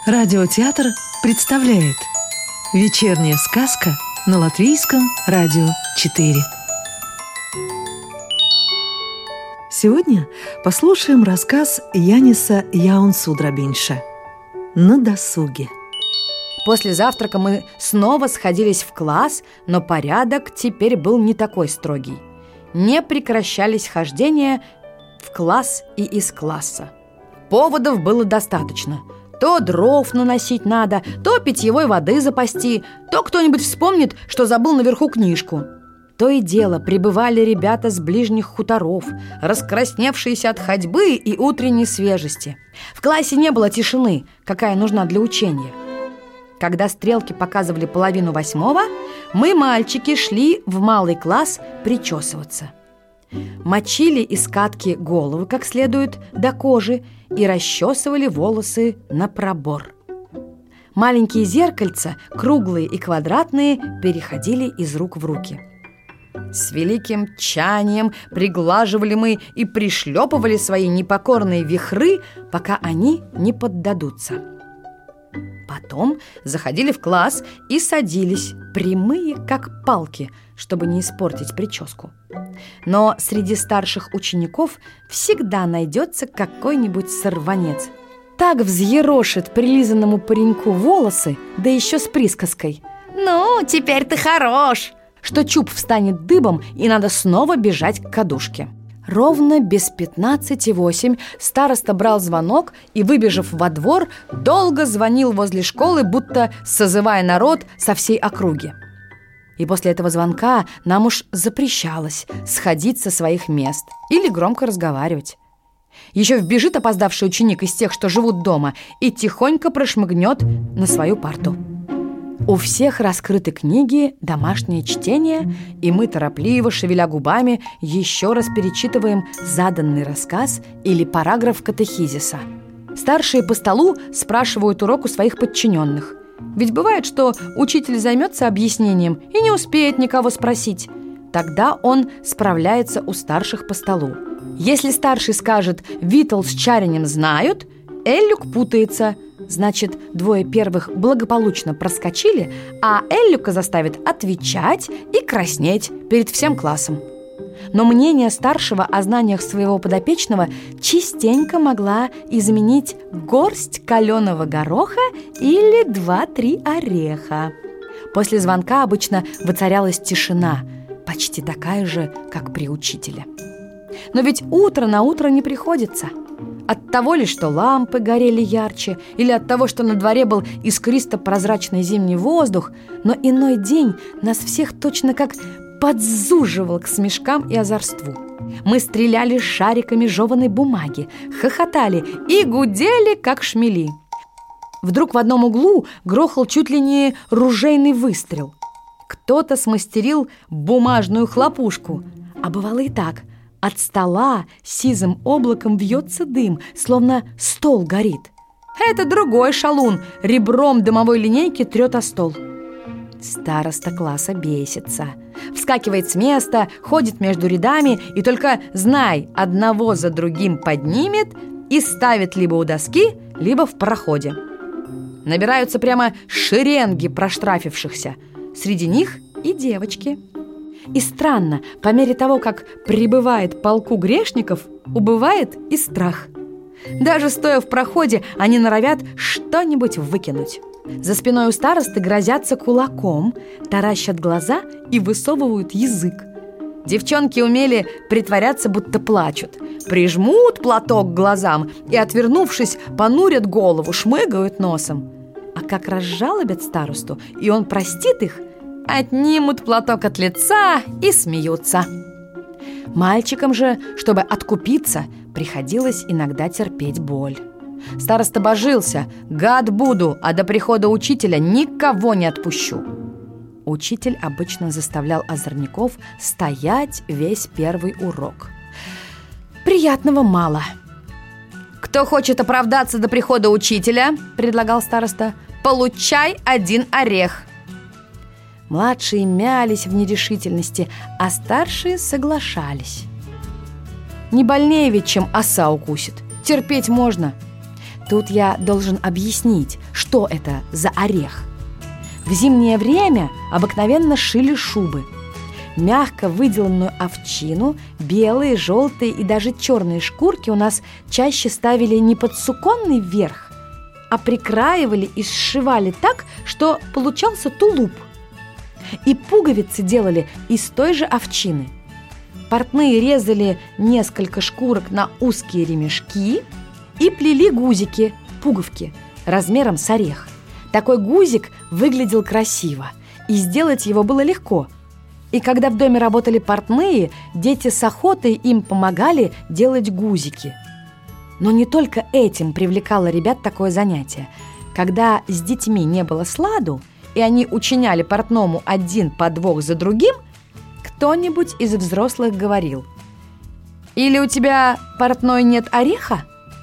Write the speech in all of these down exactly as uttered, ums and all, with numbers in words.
Радиотеатр представляет «Вечерняя сказка» на Латвийском радио четыре. Сегодня послушаем рассказ Яниса Яунсудрабинша «На досуге». После завтрака мы снова сходились в класс, но порядок теперь был не такой строгий. Не прекращались хождения в класс и из класса. Поводов было достаточно. То дров наносить надо, то питьевой воды запасти, то кто-нибудь вспомнит, что забыл наверху книжку. То и дело прибывали ребята с ближних хуторов, раскрасневшиеся от ходьбы и утренней свежести. В классе не было тишины, какая нужна для учения. Когда стрелки показывали половину восьмого, мы, мальчики, шли в малый класс причесываться. Мочили из катки головы как следует до кожи и расчесывали волосы на пробор. Маленькие зеркальца, круглые и квадратные, переходили из рук в руки. С великим тчанием приглаживали мы и пришлепывали свои непокорные вихры, пока они не поддадутся. Потом заходили в класс и садились, прямые как палки, чтобы не испортить прическу. Но среди старших учеников всегда найдется какой-нибудь сорванец. Так взъерошит прилизанному пареньку волосы, да еще с присказкой: «Ну, теперь ты хорош!», что чуб встанет дыбом, и надо снова бежать к кадушке. Ровно без пятнадцати восемь староста брал звонок и, выбежав во двор, долго звонил возле школы, будто созывая народ со всей округи. И после этого звонка нам уж запрещалось сходить со своих мест или громко разговаривать. Еще вбежит опоздавший ученик из тех, что живут дома, и тихонько прошмыгнет на свою парту. У всех раскрыты книги, домашнее чтение, и мы, торопливо, шевеля губами, еще раз перечитываем заданный рассказ или параграф катехизиса. Старшие по столу спрашивают урок у своих подчиненных. Ведь бывает, что учитель займется объяснением и не успеет никого спросить. Тогда он справляется у старших по столу. Если старший скажет «Витл с Чаринем знают», Эллюк путается. Значит, двое первых благополучно проскочили, а Эллюка заставит отвечать и краснеть перед всем классом. Но мнение старшего о знаниях своего подопечного частенько могла изменить горсть каленого гороха или два-три ореха. После звонка обычно воцарялась тишина, почти такая же, как при учителе. Но ведь утро на утро не приходится. От того ли, что лампы горели ярче, или от того, что на дворе был искристо-прозрачный зимний воздух, но иной день нас всех точно как подзуживал к смешкам и озорству. Мы стреляли шариками жеваной бумаги, хохотали и гудели, как шмели. Вдруг в одном углу грохал чуть ли не ружейный выстрел. Кто-то смастерил бумажную хлопушку, а бывало и так. От стола сизым облаком вьется дым, словно стол горит. Это другой шалун ребром дымовой линейки трет о стол. Староста класса бесится, вскакивает с места, ходит между рядами и только, знай, одного за другим поднимет и ставит либо у доски, либо в проходе. Набираются прямо шеренги проштрафившихся. Среди них и девочки. И странно, по мере того, как прибывает полку грешников, убывает и страх. Даже стоя в проходе, они норовят что-нибудь выкинуть. За спиной у старосты грозятся кулаком, таращат глаза и высовывают язык. Девчонки умели притворяться, будто плачут. Прижмут платок к глазам и, отвернувшись, понурят голову, шмыгают носом. А как разжалобят старосту, и он простит их, отнимут платок от лица и смеются. Мальчикам же, чтобы откупиться, приходилось иногда терпеть боль. Староста божился: гад буду, а до прихода учителя никого не отпущу. Учитель обычно заставлял озорников стоять весь первый урок. Приятного мало. «Кто хочет оправдаться до прихода учителя, — предлагал староста, — получай один орех». Младшие мялись в нерешительности, а старшие соглашались. Не больнее ведь, чем оса укусит. Терпеть можно. Тут я должен объяснить, что это за орех. В зимнее время обыкновенно шили шубы. Мягко выделанную овчину, белые, желтые и даже черные шкурки у нас чаще ставили не под суконный верх, а прикраивали и сшивали так, что получался тулуп. И пуговицы делали из той же овчины. Портные резали несколько шкурок на узкие ремешки и плели гузики, пуговки, размером с орех. Такой гузик выглядел красиво, и сделать его было легко. И когда в доме работали портные, дети с охотой им помогали делать гузики. Но не только этим привлекало ребят такое занятие. Когда с детьми не было сладу, и они учиняли портному один подвох за другим, кто-нибудь из взрослых говорил: «Или у тебя, портной, нет ореха?»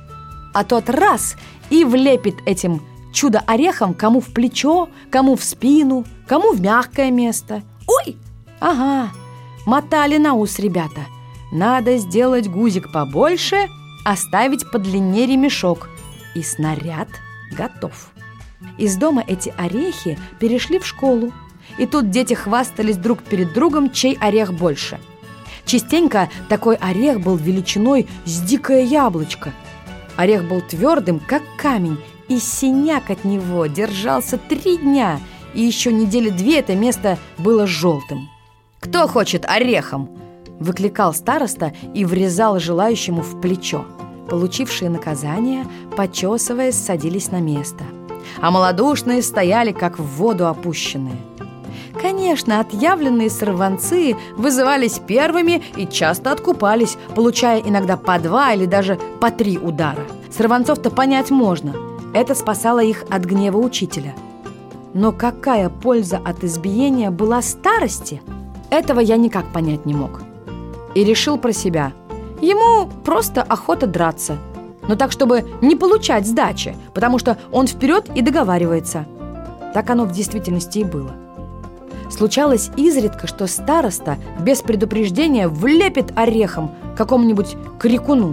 А тот раз и влепит этим чудо-орехом кому в плечо, кому в спину, кому в мягкое место. «Ой! Ага, мотали на ус ребята. Надо сделать гузик побольше, оставить подлиннее ремешок, и снаряд готов». Из дома эти орехи перешли в школу, и тут дети хвастались друг перед другом, чей орех больше. Частенько такой орех был величиной с дикое яблочко. Орех был твердым, как камень, и синяк от него держался три дня, и еще недели две это место было желтым. «Кто хочет орехом?» – выкликал староста и врезал желающему в плечо. Получившие наказание, почесываясь, садились на место, а малодушные стояли, как в воду опущенные. Конечно, отъявленные сорванцы вызывались первыми и часто откупались, получая иногда по два или даже по три удара. Сорванцов-то понять можно. Это спасало их от гнева учителя. Но какая польза от избиения была старости? Этого я никак понять не мог. И решил про себя: ему просто охота драться, но так, чтобы не получать сдачи, потому что он вперед и договаривается. Так оно в действительности и было. Случалось изредка, что староста без предупреждения влепит орехом какому-нибудь крикуну.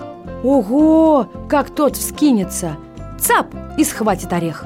Ого, как тот вскинется! Цап! И схватит орех.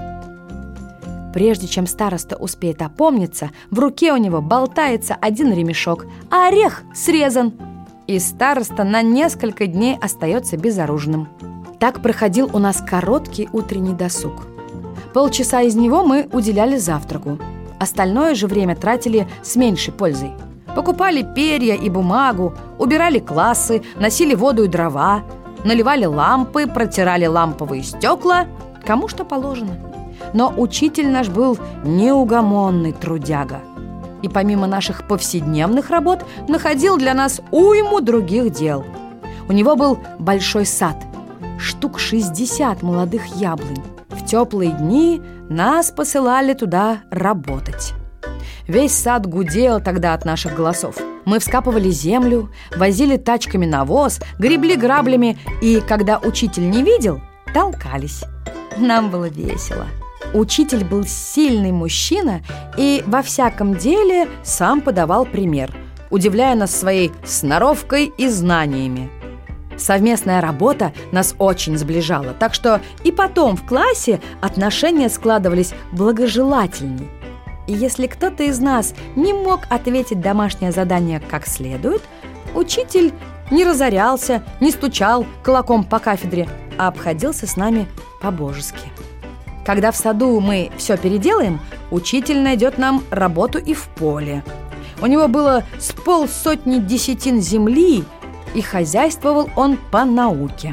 Прежде чем староста успеет опомниться, в руке у него болтается один ремешок, а орех срезан, и староста на несколько дней остается безоружным. Так проходил у нас короткий утренний досуг. Полчаса из него мы уделяли завтраку. Остальное же время тратили с меньшей пользой. Покупали перья и бумагу, убирали классы, носили воду и дрова, наливали лампы, протирали ламповые стекла, кому что положено. Но учитель наш был неугомонный трудяга. И помимо наших повседневных работ находил для нас уйму других дел. У него был большой сад, штук шестьдесят молодых яблонь. В теплые дни нас посылали туда работать. Весь сад гудел тогда от наших голосов. Мы вскапывали землю, возили тачками навоз, гребли граблями и, когда учитель не видел, толкались. Нам было весело. Учитель был сильный мужчина и во всяком деле сам подавал пример, удивляя нас своей сноровкой и знаниями. Совместная работа нас очень сближала, так что и потом в классе отношения складывались благожелательней. И если кто-то из нас не мог ответить домашнее задание как следует, учитель не разорялся, не стучал кулаком по кафедре, а обходился с нами по-божески. Когда в саду мы все переделаем, учитель найдет нам работу и в поле. У него было с полсотни десятин земли, и хозяйствовал он по науке.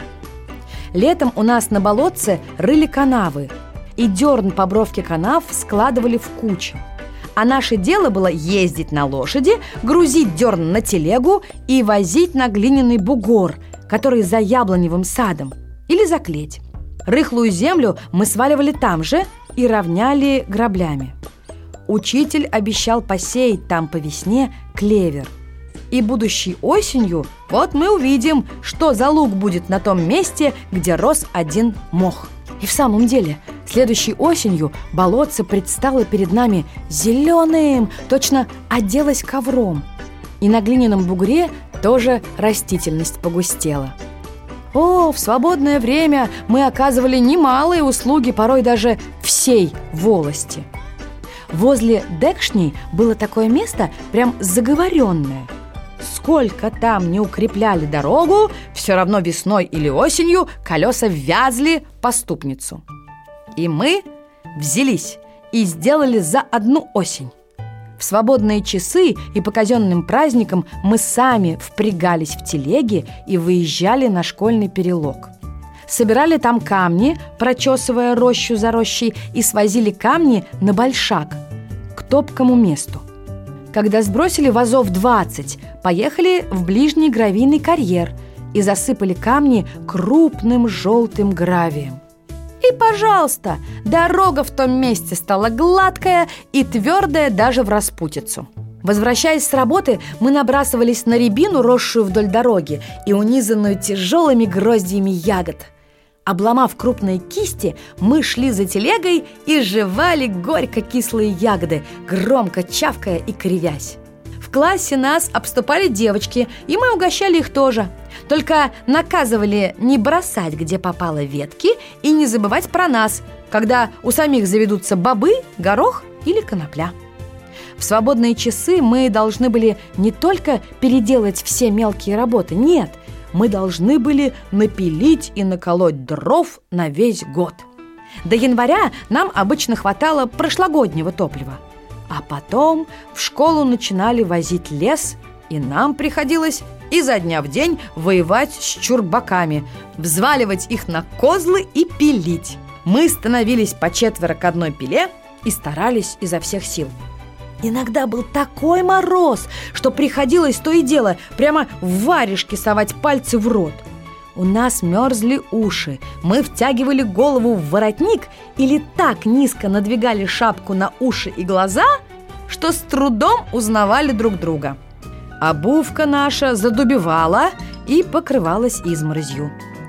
Летом у нас на болотце рыли канавы, и дерн по бровке канав складывали в кучу. А наше дело было ездить на лошади, грузить дерн на телегу и возить на глиняный бугор, который за яблоневым садом, или за клеть. Рыхлую землю мы сваливали там же и равняли граблями. Учитель обещал посеять там по весне клевер. И будущей осенью вот мы увидим, что за лук будет на том месте, где рос один мох. И в самом деле, следующей осенью болотце предстало перед нами зеленым, точно оделось ковром. И на глиняном бугре тоже растительность погустела. О, в свободное время мы оказывали немалые услуги, порой даже всей волости. Возле Декшни было такое место, прям заговоренное. Сколько там не укрепляли дорогу, все равно весной или осенью колеса вязли по ступницу. И мы взялись и сделали за одну осень. В свободные часы и по казенным праздникам мы сами впрягались в телеги и выезжали на школьный перелог. Собирали там камни, прочесывая рощу за рощей, и свозили камни на Большак, к топкому месту. Когда сбросили вазов двадцать, поехали в ближний гравийный карьер и засыпали камни крупным желтым гравием. И, пожалуйста, дорога в том месте стала гладкая и твердая даже в распутицу. Возвращаясь с работы, мы набрасывались на рябину, росшую вдоль дороги, и унизанную тяжелыми гроздьями ягод. Обломав крупные кисти, мы шли за телегой и жевали горько-кислые ягоды, громко чавкая и кривясь. В классе нас обступали девочки, и мы угощали их тоже. Только наказывали не бросать, где попало, ветки, и не забывать про нас, когда у самих заведутся бобы, горох или конопля. В свободные часы мы должны были не только переделать все мелкие работы, нет, мы должны были напилить и наколоть дров на весь год. До января нам обычно хватало прошлогоднего топлива. А потом в школу начинали возить лес, и нам приходилось изо дня в день воевать с чурбаками, взваливать их на козлы и пилить. Мы становились по четверо к одной пиле и старались изо всех сил. Иногда был такой мороз, что приходилось то и дело прямо в варежке совать пальцы в рот. У нас мерзли уши, мы втягивали голову в воротник или так низко надвигали шапку на уши и глаза, что с трудом узнавали друг друга. Обувка наша задубевала и покрывалась изморозью.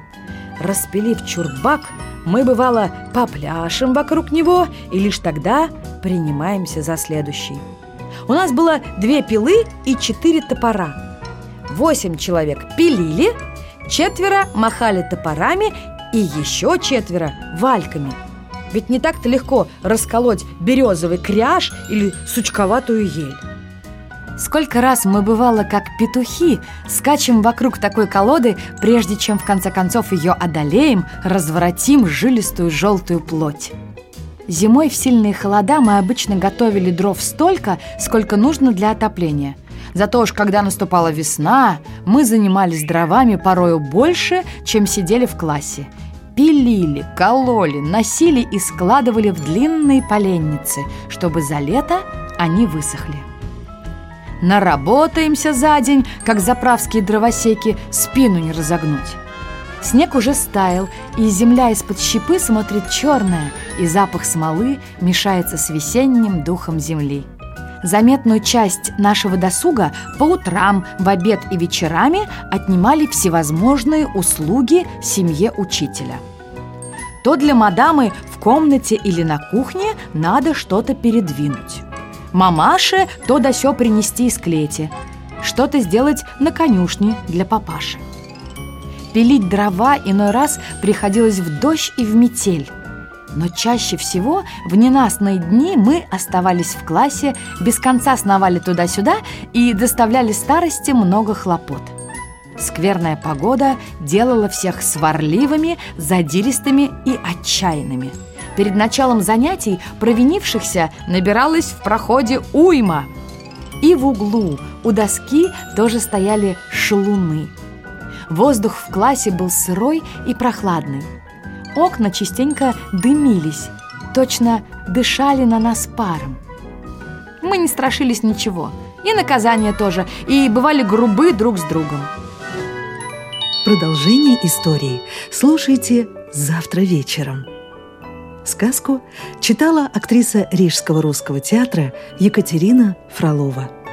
Распилив чурбак, мы, бывало, попляшем вокруг него и лишь тогда принимаемся за следующий. У нас было две пилы и четыре топора. Восемь человек пилили, четверо махали топорами и еще четверо вальками. Ведь не так-то легко расколоть березовый кряж или сучковатую ель. Сколько раз мы, бывало, как петухи, скачем вокруг такой колоды, прежде чем в конце концов ее одолеем, разворотим жилистую желтую плоть. Зимой в сильные холода мы обычно готовили дров столько, сколько нужно для отопления. Зато уж когда наступала весна, мы занимались дровами порою больше, чем сидели в классе. Пилили, кололи, носили и складывали в длинные поленницы, чтобы за лето они высохли. Наработаемся за день, как заправские дровосеки, спину не разогнуть. Снег уже стаял, и земля из-под щепы смотрит черная, и запах смолы мешается с весенним духом земли. Заметную часть нашего досуга по утрам, в обед и вечерами отнимали всевозможные услуги семье учителя. То для мадамы в комнате или на кухне надо что-то передвинуть. Мамаше то да сё принести из клети, что-то сделать на конюшне для папаши. Пилить дрова иной раз приходилось в дождь и в метель. Но чаще всего в ненастные дни мы оставались в классе, без конца сновали туда-сюда и доставляли старости много хлопот. Скверная погода делала всех сварливыми, задиристыми и отчаянными. Перед началом занятий провинившихся набиралось в проходе уйма. И в углу у доски тоже стояли шалуны. Воздух в классе был сырой и прохладный. Окна частенько дымились, точно дышали на нас паром. Мы не страшились ничего, и наказания тоже, и бывали грубы друг с другом. Продолжение истории слушайте завтра вечером. Сказку читала актриса Рижского русского театра Екатерина Фролова.